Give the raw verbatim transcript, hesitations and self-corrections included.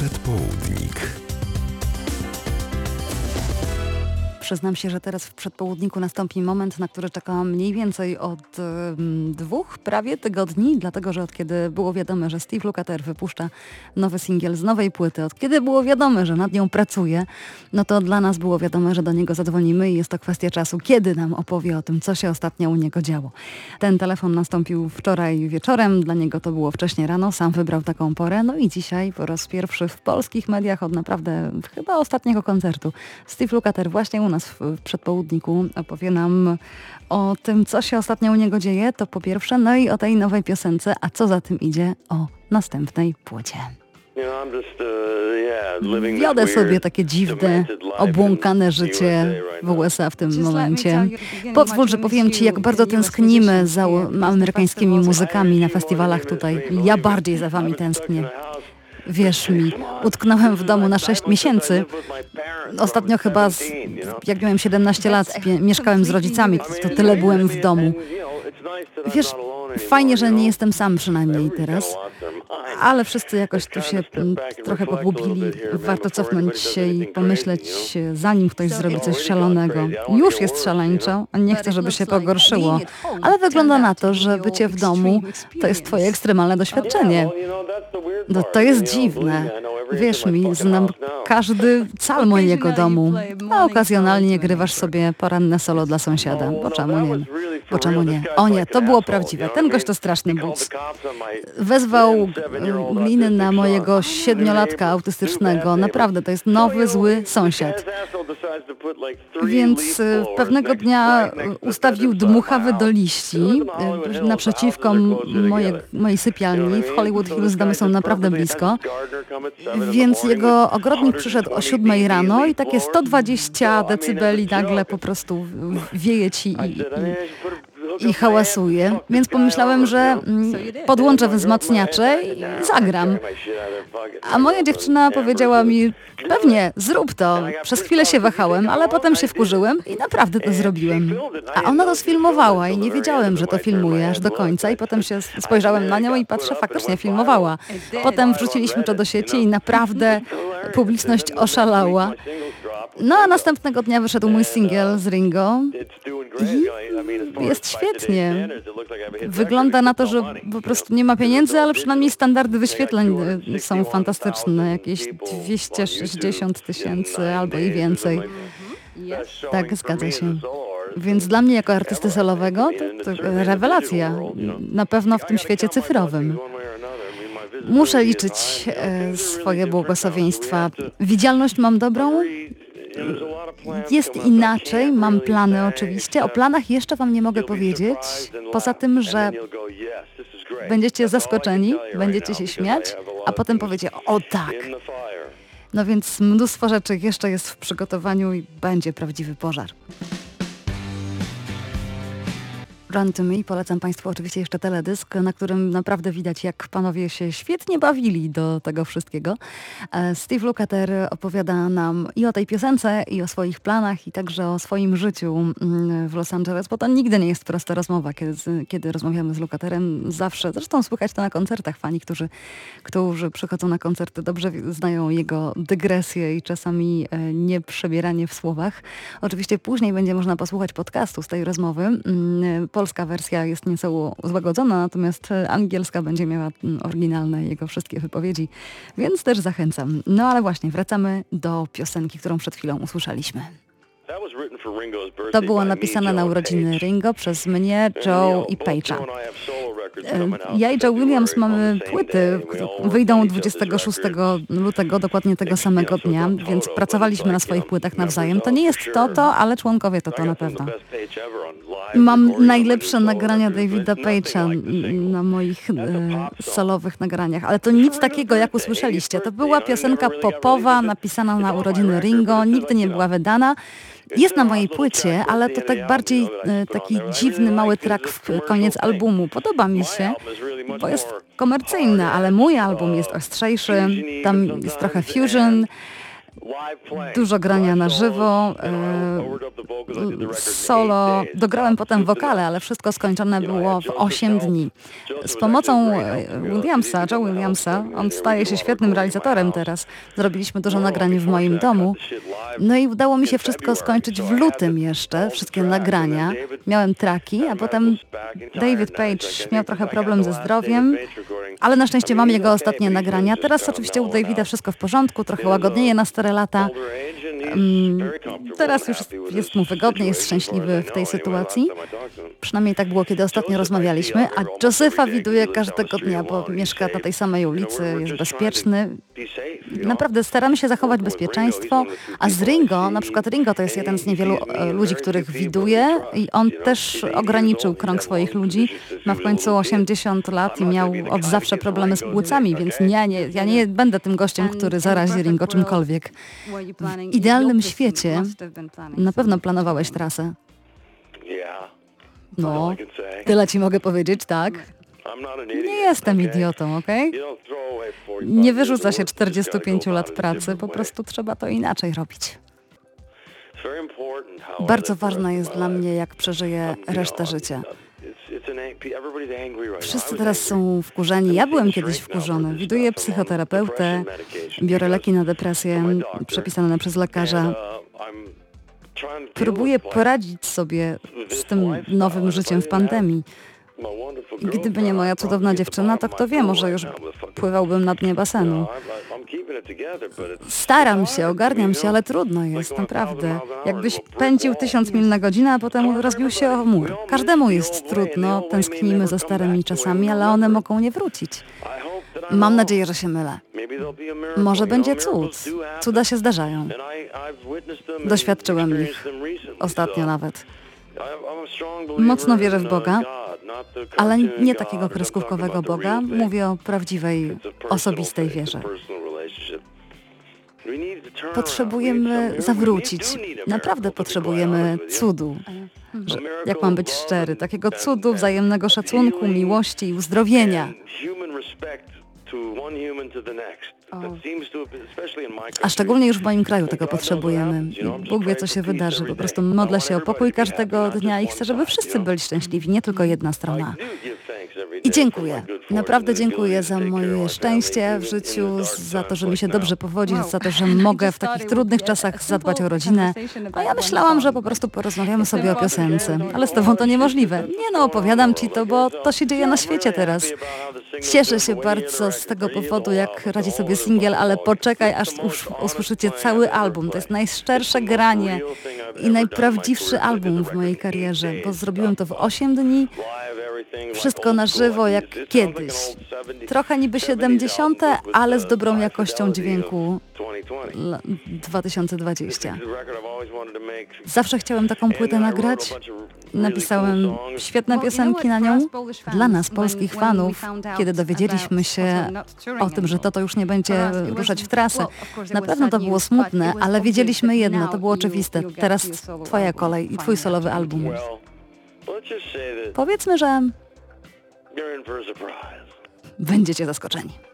Przedpołudnik. Przyznam się, że teraz w przedpołudniku nastąpi moment, na który czekałam mniej więcej od um, dwóch prawie tygodni, dlatego że od kiedy było wiadome, że Steve Lukather wypuszcza nowy singiel z nowej płyty, od kiedy było wiadome, że nad nią pracuje, no to dla nas było wiadome, że do niego zadzwonimy i jest to kwestia czasu, kiedy nam opowie o tym, co się ostatnio u niego działo. Ten telefon nastąpił wczoraj wieczorem, dla niego to było wcześnie rano, sam wybrał taką porę, no i dzisiaj po raz pierwszy w polskich mediach od naprawdę chyba ostatniego koncertu Steve Lukather właśnie u nas w przedpołudniku opowie nam o tym, co się ostatnio u niego dzieje, to po pierwsze, no i o tej nowej piosence, a co za tym idzie, o następnej płycie. Wiodę sobie takie dziwne, obłąkane życie w U S A w tym momencie. Pozwól, że powiem Ci, jak bardzo tęsknimy za amerykańskimi muzykami na festiwalach tutaj. Ja bardziej za Wami tęsknię. Wierz mi, utknąłem w domu na sześć miesięcy. Ostatnio chyba, z, jak miałem siedemnaście lat, mieszkałem z rodzicami, to, to tyle byłem w domu. Wiesz, fajnie, że nie jestem sam przynajmniej teraz, ale wszyscy jakoś tu się trochę pogubili. Warto cofnąć się i pomyśleć, zanim ktoś zrobi coś szalonego. Już jest szaleńczo, a nie chcę, żeby się pogorszyło. Ale wygląda na to, że bycie w domu to jest twoje ekstremalne doświadczenie. No to jest dziwne. Wierz mi, znam każdy cal mojego domu, a okazjonalnie grywasz sobie poranne solo dla sąsiada. Bo czemu nie? Bo czemu nie? O nie, to było prawdziwe. Ten gość to straszny buc. Wezwał gliny na mojego siedmiolatka autystycznego. Naprawdę, to jest nowy, zły sąsiad. Więc pewnego dnia ustawił dmuchawy do liści naprzeciwko moje, mojej sypialni. W Hollywood Hills domy są naprawdę blisko. Więc jego ogrodnik przyszedł o siódmej rano i takie sto dwadzieścia decybeli nagle po prostu wieje ci i, i, i hałasuje. Więc pomyślałem, że podłączę wzmacniacze i zagram. A moja dziewczyna powiedziała mi, pewnie, zrób to. Przez chwilę się wahałem, ale potem się wkurzyłem i naprawdę to zrobiłem. A ona to sfilmowała i nie wiedziałem, że to filmuje aż do końca i potem się spojrzałem na nią i patrzę, faktycznie filmowała. Potem wrzuciliśmy to do sieci i naprawdę publiczność oszalała. No a następnego dnia wyszedł mój singiel z Ringo i jest świetnie. Wygląda na to, że po prostu nie ma pieniędzy, ale przynajmniej standardy wyświetleń są fantastyczne. Jakieś dwieście sześćdziesiąt tysięcy albo i więcej. Tak, zgadza się. Więc dla mnie jako artysty solowego to, to rewelacja. Na pewno w tym świecie cyfrowym. Muszę liczyć e, swoje błogosławieństwa. Widzialność mam dobrą. Jest inaczej, mam plany oczywiście. O planach jeszcze Wam nie mogę powiedzieć. Poza tym, że będziecie zaskoczeni, będziecie się śmiać, a potem powiecie, o tak. No więc mnóstwo rzeczy jeszcze jest w przygotowaniu i będzie prawdziwy pożar. Run to Me. Polecam Państwu oczywiście jeszcze teledysk, na którym naprawdę widać, jak panowie się świetnie bawili do tego wszystkiego. Steve Lukather opowiada nam i o tej piosence, i o swoich planach, i także o swoim życiu w Los Angeles, bo to nigdy nie jest prosta rozmowa, kiedy, kiedy rozmawiamy z Lukatherem. Zawsze, zresztą słychać to na koncertach. Fani, którzy, którzy przychodzą na koncerty, dobrze znają jego dygresje i czasami nieprzebieranie w słowach. Oczywiście później będzie można posłuchać podcastu z tej rozmowy. Polska wersja jest nieco złagodzona, natomiast angielska będzie miała oryginalne jego wszystkie wypowiedzi, więc też zachęcam. No ale właśnie, wracamy do piosenki, którą przed chwilą usłyszeliśmy. To było napisane na urodziny Ringo przez mnie, Joe i Page'a. Ja i Joe Williams mamy płyty, wyjdą dwudziestego szóstego lutego, dokładnie tego samego dnia, więc pracowaliśmy na swoich płytach nawzajem. To nie jest to, to, ale członkowie to to na pewno. Mam najlepsze nagrania Davida Page'a na moich e, solowych nagraniach, ale to nic takiego, jak usłyszeliście. To była piosenka popowa, napisana na urodziny Ringo, nigdy nie była wydana. Jest na mojej płycie, ale to tak bardziej e, taki dziwny, mały track w koniec albumu. Podoba mi się, bo jest komercyjny, ale mój album jest ostrzejszy, tam jest trochę fusion. Dużo grania na żywo, solo, dograłem potem wokale, ale wszystko skończone było w osiem dni. Z pomocą Williamsa, Joe Williamsa, on staje się świetnym realizatorem teraz. Zrobiliśmy dużo nagrań w moim domu. No i udało mi się wszystko skończyć w lutym jeszcze, wszystkie nagrania. Miałem traki, a potem David Page miał trochę problem ze zdrowiem, ale na szczęście mam jego ostatnie nagrania. Teraz oczywiście u Davida wszystko w porządku, trochę łagodnieje na stare lata. Teraz już jest mu wygodnie, jest szczęśliwy w tej sytuacji. Przynajmniej tak było, kiedy ostatnio rozmawialiśmy. A Josepha widuję każdego dnia, bo mieszka na tej samej ulicy, jest bezpieczny. Naprawdę staramy się zachować bezpieczeństwo. A z Ringo, na przykład Ringo to jest jeden z niewielu e, ludzi, których widuję i on też ograniczył krąg swoich ludzi. Ma w końcu osiemdziesiąt lat i miał od zawsze problemy z płucami, więc nie, nie, ja nie będę tym gościem, który zarazi Ringo czymkolwiek. W idealnym świecie na pewno planowałeś trasę. No, tyle ci mogę powiedzieć, tak? Nie jestem idiotą, okej? Okay? Nie wyrzuca się czterdziestu pięciu lat pracy, po prostu trzeba to inaczej robić. Bardzo ważne jest dla mnie, jak przeżyję resztę życia. Wszyscy teraz są wkurzeni. Ja byłem kiedyś wkurzony. Widuję psychoterapeutę, biorę leki na depresję przepisane przez lekarza. Próbuję poradzić sobie z tym nowym życiem w pandemii. Gdyby nie moja cudowna dziewczyna, to kto wie, może już pływałbym na dnie basenu. Staram się, ogarniam się, ale trudno jest, naprawdę. Jakbyś pędził tysiąc mil na godzinę, a potem rozbił się o mur. Każdemu jest trudno, tęsknimy za starymi czasami, ale one mogą nie wrócić. Mam nadzieję, że się mylę. Może będzie cud. Cuda się zdarzają. Doświadczyłem ich ostatnio nawet. Mocno wierzę w Boga, ale nie takiego kreskówkowego Boga. Mówię o prawdziwej, osobistej wierze. Potrzebujemy zawrócić. Naprawdę potrzebujemy cudu. Że, jak mam być szczery, takiego cudu, wzajemnego szacunku, miłości i uzdrowienia. A szczególnie już w moim kraju tego potrzebujemy. Bóg wie, co się wydarzy. Po prostu modlę się o pokój każdego dnia i chcę, żeby wszyscy byli szczęśliwi, nie tylko jedna strona. I dziękuję. Naprawdę dziękuję za moje szczęście w życiu, za to, że mi się dobrze powodzi, za to, że mogę w takich trudnych czasach zadbać o rodzinę. A ja myślałam, że po prostu porozmawiamy sobie o piosence. Ale z tobą to niemożliwe. Nie no, opowiadam ci to, bo to się dzieje na świecie teraz. Cieszę się bardzo z tego powodu, jak radzi sobie singiel, ale poczekaj, aż usłyszycie cały album. To jest najszczersze granie i najprawdziwszy album w mojej karierze, bo zrobiłem to w osiem dni. Wszystko na żywo jak kiedyś. Trochę niby siedemdziesiąte, ale z dobrą jakością dźwięku dwa tysiące dwudziesty. Zawsze chciałem taką płytę nagrać. Napisałem świetne piosenki na nią dla nas, polskich fanów, kiedy dowiedzieliśmy się o tym, że to, to już nie będzie ruszać w trasę. Na pewno to było smutne, ale wiedzieliśmy jedno, to było oczywiste. Teraz twoja kolej i twój solowy album. Powiedzmy, że będziecie zaskoczeni.